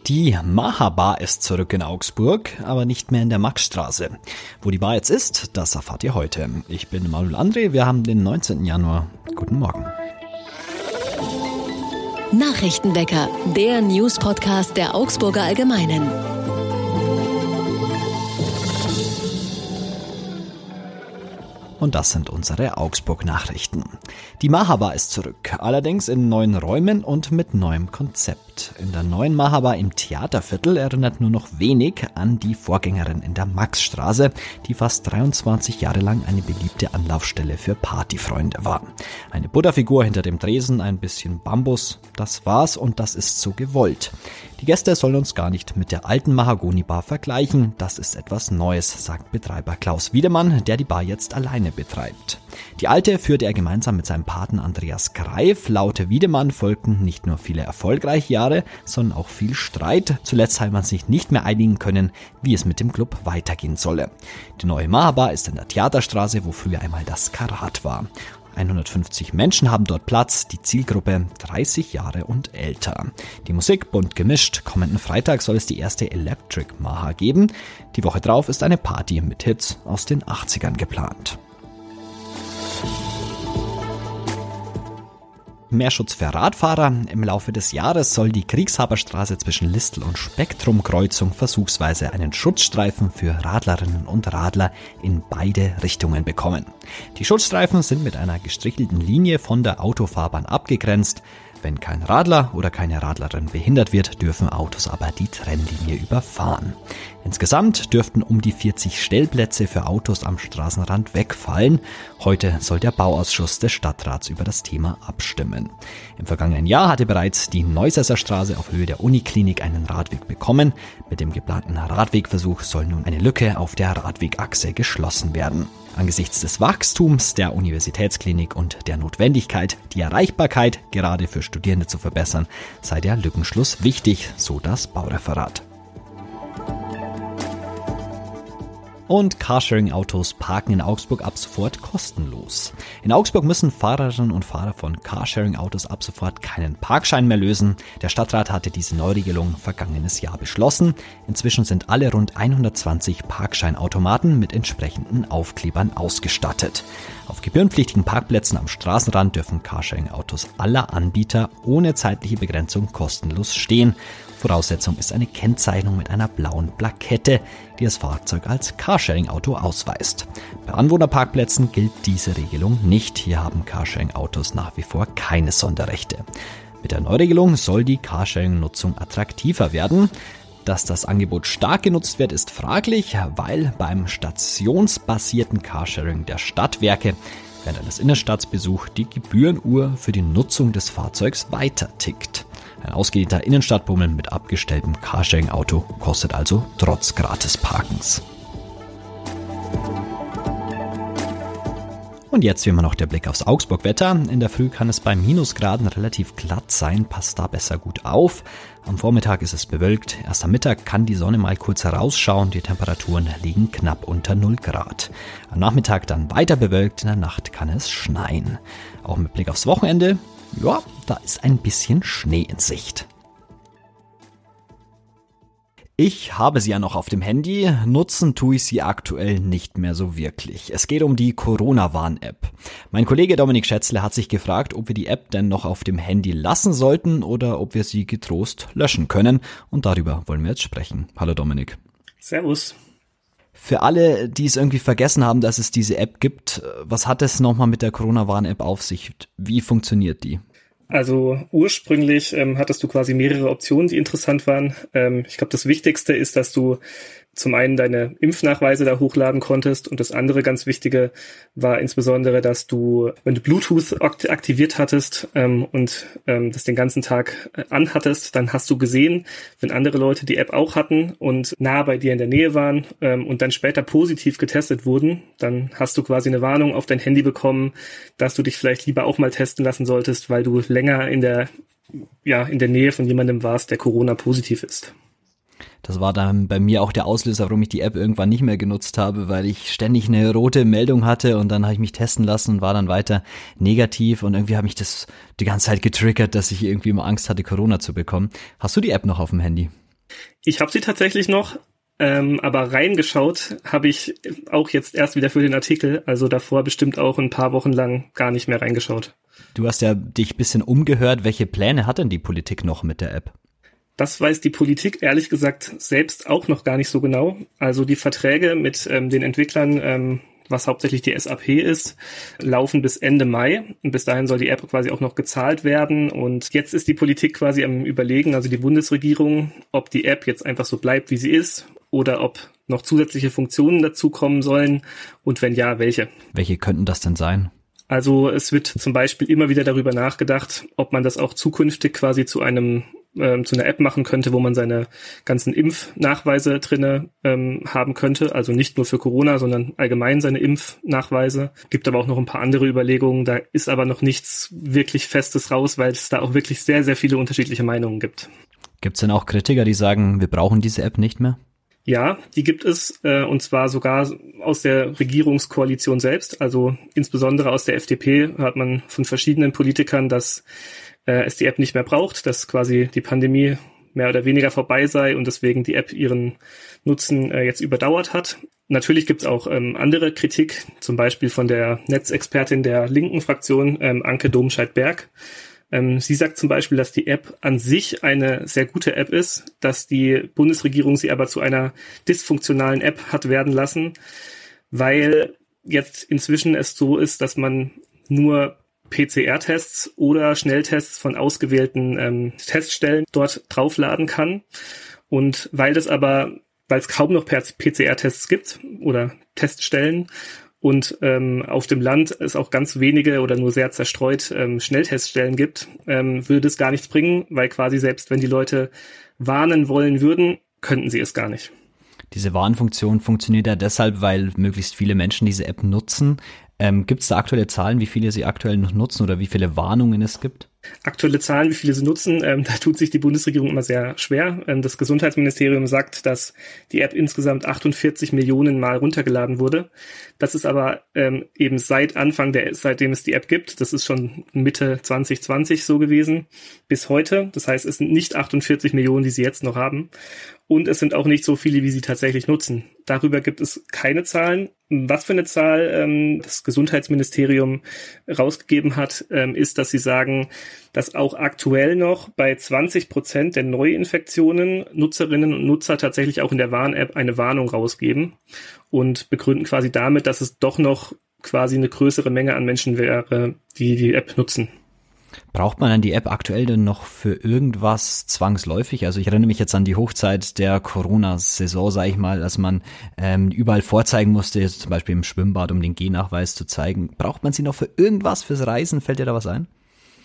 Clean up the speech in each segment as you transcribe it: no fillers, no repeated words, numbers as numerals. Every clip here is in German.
Die Maha Bar ist zurück in Augsburg, aber nicht mehr in der Maxstraße. Wo die Bar jetzt ist, das erfahrt ihr heute. Ich bin Manuel André, wir haben den 19. Januar. Guten Morgen. Nachrichtenwecker, der News-Podcast der Augsburger Allgemeinen. Und das sind unsere Augsburg-Nachrichten. Die Maha Bar ist zurück, allerdings in neuen Räumen und mit neuem Konzept. In der neuen Maha Bar im Theaterviertel erinnert nur noch wenig an die Vorgängerin in der Maxstraße, die fast 23 Jahre lang eine beliebte Anlaufstelle für Partyfreunde war. Eine Buddha-Figur hinter dem Tresen, ein bisschen Bambus, das war's und das ist so gewollt. Die Gäste sollen uns gar nicht mit der alten Mahagoni-Bar vergleichen, das ist etwas Neues, sagt Betreiber Klaus Wiedemann, der die Bar jetzt alleine betreibt. Die alte führte er gemeinsam mit seinem Paten Andreas Greif. Laut Wiedemann folgten nicht nur viele erfolgreiche Jahre, sondern auch viel Streit. Zuletzt hat man sich nicht mehr einigen können, wie es mit dem Club weitergehen solle. Die neue Maha Bar ist in der Theaterstraße, wo früher einmal das Karat war. 150 Menschen haben dort Platz, die Zielgruppe 30 Jahre und älter. Die Musik bunt gemischt, kommenden Freitag soll es die erste Electric Maha geben. Die Woche drauf ist eine Party mit Hits aus den 80ern geplant. Mehr Schutz für Radfahrer. Im Laufe des Jahres soll die Kriegshaberstraße zwischen Listel und Spektrum-Kreuzung versuchsweise einen Schutzstreifen für Radlerinnen und Radler in beide Richtungen bekommen. Die Schutzstreifen sind mit einer gestrichelten Linie von der Autofahrbahn abgegrenzt. Wenn kein Radler oder keine Radlerin behindert wird, dürfen Autos aber die Trennlinie überfahren. Insgesamt dürften um die 40 Stellplätze für Autos am Straßenrand wegfallen. Heute soll der Bauausschuss des Stadtrats über das Thema abstimmen. Im vergangenen Jahr hatte bereits die Neusässer Straße auf Höhe der Uniklinik einen Radweg bekommen. Mit dem geplanten Radwegversuch soll nun eine Lücke auf der Radwegachse geschlossen werden. Angesichts des Wachstums der Universitätsklinik und der Notwendigkeit, die Erreichbarkeit gerade für Studierende zu verbessern, sei der Lückenschluss wichtig, so das Baureferat. Und Carsharing-Autos parken in Augsburg ab sofort kostenlos. In Augsburg müssen Fahrerinnen und Fahrer von Carsharing-Autos ab sofort keinen Parkschein mehr lösen. Der Stadtrat hatte diese Neuregelung vergangenes Jahr beschlossen. Inzwischen sind alle rund 120 Parkscheinautomaten mit entsprechenden Aufklebern ausgestattet. Auf gebührenpflichtigen Parkplätzen am Straßenrand dürfen Carsharing-Autos aller Anbieter ohne zeitliche Begrenzung kostenlos stehen. Voraussetzung ist eine Kennzeichnung mit einer blauen Plakette, die das Fahrzeug als Carsharing-Auto ausweist. Bei Anwohnerparkplätzen gilt diese Regelung nicht. Hier haben Carsharing-Autos nach wie vor keine Sonderrechte. Mit der Neuregelung soll die Carsharing-Nutzung attraktiver werden. Dass das Angebot stark genutzt wird, ist fraglich, weil beim stationsbasierten Carsharing der Stadtwerke während eines Innenstadtbesuchs die Gebührenuhr für die Nutzung des Fahrzeugs weiter tickt. Ein ausgedehnter Innenstadtbummel mit abgestelltem Carsharing-Auto kostet also trotz Gratisparkens. Und jetzt wie immer noch der Blick aufs Augsburg-Wetter. In der Früh kann es bei Minusgraden relativ glatt sein, passt da besser gut auf. Am Vormittag ist es bewölkt, erst am Mittag kann die Sonne mal kurz herausschauen, die Temperaturen liegen knapp unter 0 Grad. Am Nachmittag dann weiter bewölkt, in der Nacht kann es schneien. Auch mit Blick aufs Wochenende, ja, da ist ein bisschen Schnee in Sicht. Ich habe sie ja noch auf dem Handy, nutzen tue ich sie aktuell nicht mehr so wirklich. Es geht um die Corona-Warn-App. Mein Kollege Dominik Schätzle hat sich gefragt, ob wir die App denn noch auf dem Handy lassen sollten oder ob wir sie getrost löschen können. Und darüber wollen wir jetzt sprechen. Hallo Dominik. Servus. Für alle, die es irgendwie vergessen haben, dass es diese App gibt, was hat es nochmal mit der Corona-Warn-App auf sich? Wie funktioniert die? Also ursprünglich hattest du quasi mehrere Optionen, die interessant waren. Ich glaube, das Wichtigste ist, dass du zum einen deine Impfnachweise da hochladen konntest und das andere ganz Wichtige war insbesondere, dass du, wenn du Bluetooth aktiviert hattest und das den ganzen Tag anhattest, dann hast du gesehen, wenn andere Leute die App auch hatten und nah bei dir in der Nähe waren und dann später positiv getestet wurden, dann hast du quasi eine Warnung auf dein Handy bekommen, dass du dich vielleicht lieber auch mal testen lassen solltest, weil du länger in der Nähe von jemandem warst, der Corona positiv ist. Das war dann bei mir auch der Auslöser, warum ich die App irgendwann nicht mehr genutzt habe, weil ich ständig eine rote Meldung hatte und dann habe ich mich testen lassen und war dann weiter negativ und irgendwie habe mich das die ganze Zeit getriggert, dass ich irgendwie immer Angst hatte, Corona zu bekommen. Hast du die App noch auf dem Handy? Ich habe sie tatsächlich noch, aber reingeschaut habe ich auch jetzt erst wieder für den Artikel, also davor bestimmt auch ein paar Wochen lang gar nicht mehr reingeschaut. Du hast ja dich ein bisschen umgehört. Welche Pläne hat denn die Politik noch mit der App? Das weiß die Politik ehrlich gesagt selbst auch noch gar nicht so genau. Also die Verträge mit den Entwicklern, was hauptsächlich die SAP ist, laufen bis Ende Mai. Und bis dahin soll die App quasi auch noch gezahlt werden. Und jetzt ist die Politik quasi am Überlegen, also die Bundesregierung, ob die App jetzt einfach so bleibt, wie sie ist, oder ob noch zusätzliche Funktionen dazukommen sollen und wenn ja, welche. Welche könnten das denn sein? Also es wird zum Beispiel immer wieder darüber nachgedacht, ob man das auch zukünftig quasi zu einer App machen könnte, wo man seine ganzen Impfnachweise drinne haben könnte. Also nicht nur für Corona, sondern allgemein seine Impfnachweise. Gibt aber auch noch ein paar andere Überlegungen. Da ist aber noch nichts wirklich Festes raus, weil es da auch wirklich sehr, sehr viele unterschiedliche Meinungen gibt. Gibt es denn auch Kritiker, die sagen, wir brauchen diese App nicht mehr? Ja, die gibt es, und zwar sogar aus der Regierungskoalition selbst. Also insbesondere aus der FDP hört man von verschiedenen Politikern, dass es die App nicht mehr braucht, dass quasi die Pandemie mehr oder weniger vorbei sei und deswegen die App ihren Nutzen jetzt überdauert hat. Natürlich gibt es auch andere Kritik, zum Beispiel von der Netzexpertin der linken Fraktion, Anke Domscheit-Berg. Sie sagt zum Beispiel, dass die App an sich eine sehr gute App ist, dass die Bundesregierung sie aber zu einer dysfunktionalen App hat werden lassen, weil jetzt inzwischen es so ist, dass man nur PCR-Tests oder Schnelltests von ausgewählten Teststellen dort draufladen kann. Und weil es kaum noch PCR-Tests gibt oder Teststellen, und auf dem Land es auch ganz wenige oder nur sehr zerstreut Schnellteststellen gibt, würde es gar nichts bringen, weil quasi selbst wenn die Leute warnen wollen würden, könnten sie es gar nicht. Diese Warnfunktion funktioniert ja deshalb, weil möglichst viele Menschen diese App nutzen. Gibt es da aktuelle Zahlen, wie viele sie aktuell noch nutzen oder wie viele Warnungen es gibt? Aktuelle Zahlen, wie viele sie nutzen, da tut sich die Bundesregierung immer sehr schwer. Das Gesundheitsministerium sagt, dass die App insgesamt 48 Millionen Mal runtergeladen wurde. Das ist aber eben seitdem es die App gibt, das ist schon Mitte 2020 so gewesen, bis heute. Das heißt, es sind nicht 48 Millionen, die sie jetzt noch haben. Und es sind auch nicht so viele, wie sie tatsächlich nutzen. Darüber gibt es keine Zahlen. Was für eine Zahl das Gesundheitsministerium rausgegeben hat, ist, dass sie sagen, dass auch aktuell noch bei 20% der Neuinfektionen Nutzerinnen und Nutzer tatsächlich auch in der Warn-App eine Warnung rausgeben und begründen quasi damit, dass es doch noch quasi eine größere Menge an Menschen wäre, die die App nutzen. Braucht man dann die App aktuell denn noch für irgendwas zwangsläufig? Also ich erinnere mich jetzt an die Hochzeit der Corona-Saison, sage ich mal, dass man überall vorzeigen musste, jetzt zum Beispiel im Schwimmbad, um den G-Nachweis zu zeigen. Braucht man sie noch für irgendwas, fürs Reisen? Fällt dir da was ein?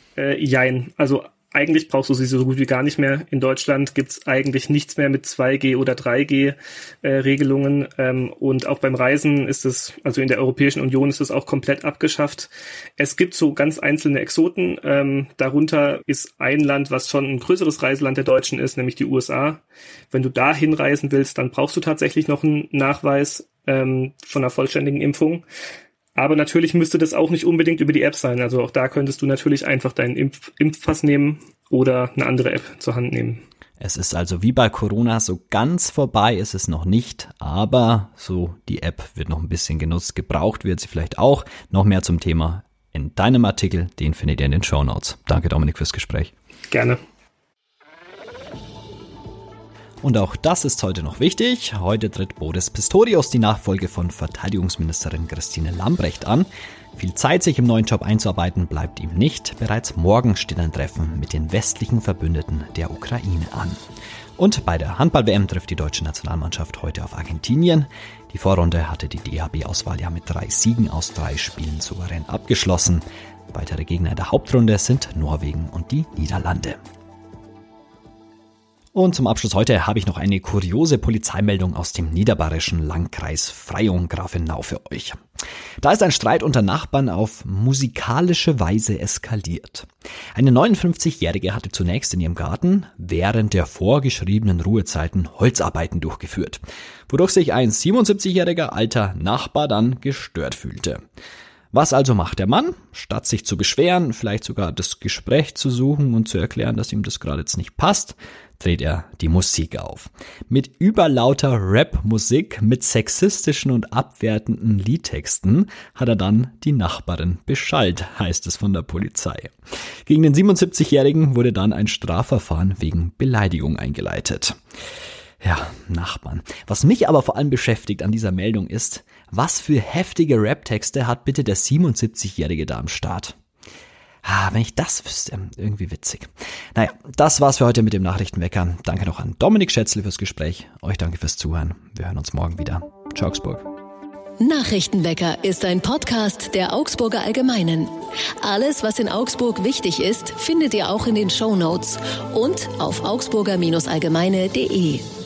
Jein. Also eigentlich brauchst du sie so gut wie gar nicht mehr. In Deutschland gibt's eigentlich nichts mehr mit 2G oder 3G Regelungen. Und auch beim Reisen ist es, also in der Europäischen Union ist es auch komplett abgeschafft. Es gibt so ganz einzelne Exoten. Darunter ist ein Land, was schon ein größeres Reiseland der Deutschen ist, nämlich die USA. Wenn du da hinreisen willst, dann brauchst du tatsächlich noch einen Nachweis von einer vollständigen Impfung. Aber natürlich müsste das auch nicht unbedingt über die App sein. Also auch da könntest du natürlich einfach deinen Impfpass nehmen oder eine andere App zur Hand nehmen. Es ist also wie bei Corona, so ganz vorbei ist es noch nicht, aber so die App wird noch ein bisschen genutzt, gebraucht wird sie vielleicht auch. Noch mehr zum Thema in deinem Artikel, den findet ihr in den Shownotes. Danke Dominik fürs Gespräch. Gerne. Und auch das ist heute noch wichtig. Heute tritt Boris Pistorius die Nachfolge von Verteidigungsministerin Christine Lambrecht an. Viel Zeit, sich im neuen Job einzuarbeiten, bleibt ihm nicht. Bereits morgen steht ein Treffen mit den westlichen Verbündeten der Ukraine an. Und bei der Handball-WM trifft die deutsche Nationalmannschaft heute auf Argentinien. Die Vorrunde hatte die DHB-Auswahl ja mit 3 Siegen aus 3 Spielen souverän abgeschlossen. Weitere Gegner in der Hauptrunde sind Norwegen und die Niederlande. Und zum Abschluss heute habe ich noch eine kuriose Polizeimeldung aus dem niederbayerischen Landkreis Freyung-Grafenau für euch. Da ist ein Streit unter Nachbarn auf musikalische Weise eskaliert. Eine 59-Jährige hatte zunächst in ihrem Garten während der vorgeschriebenen Ruhezeiten Holzarbeiten durchgeführt, wodurch sich ein 77-jähriger alter Nachbar dann gestört fühlte. Was also macht der Mann? Statt sich zu beschweren, vielleicht sogar das Gespräch zu suchen und zu erklären, dass ihm das gerade jetzt nicht passt, dreht er die Musik auf. Mit überlauter Rap-Musik mit sexistischen und abwertenden Liedtexten hat er dann die Nachbarin beschallt, heißt es von der Polizei. Gegen den 77-Jährigen wurde dann ein Strafverfahren wegen Beleidigung eingeleitet. Ja, Nachbarn. Was mich aber vor allem beschäftigt an dieser Meldung ist, was für heftige Rap-Texte hat bitte der 77-Jährige da am Start? Wenn ich das wüsste, irgendwie witzig. Naja, das war's für heute mit dem Nachrichtenwecker. Danke noch an Dominik Schätzle fürs Gespräch. Euch danke fürs Zuhören. Wir hören uns morgen wieder. Ciao, Augsburg. Nachrichtenwecker ist ein Podcast der Augsburger Allgemeinen. Alles, was in Augsburg wichtig ist, findet ihr auch in den Shownotes und auf augsburger-allgemeine.de.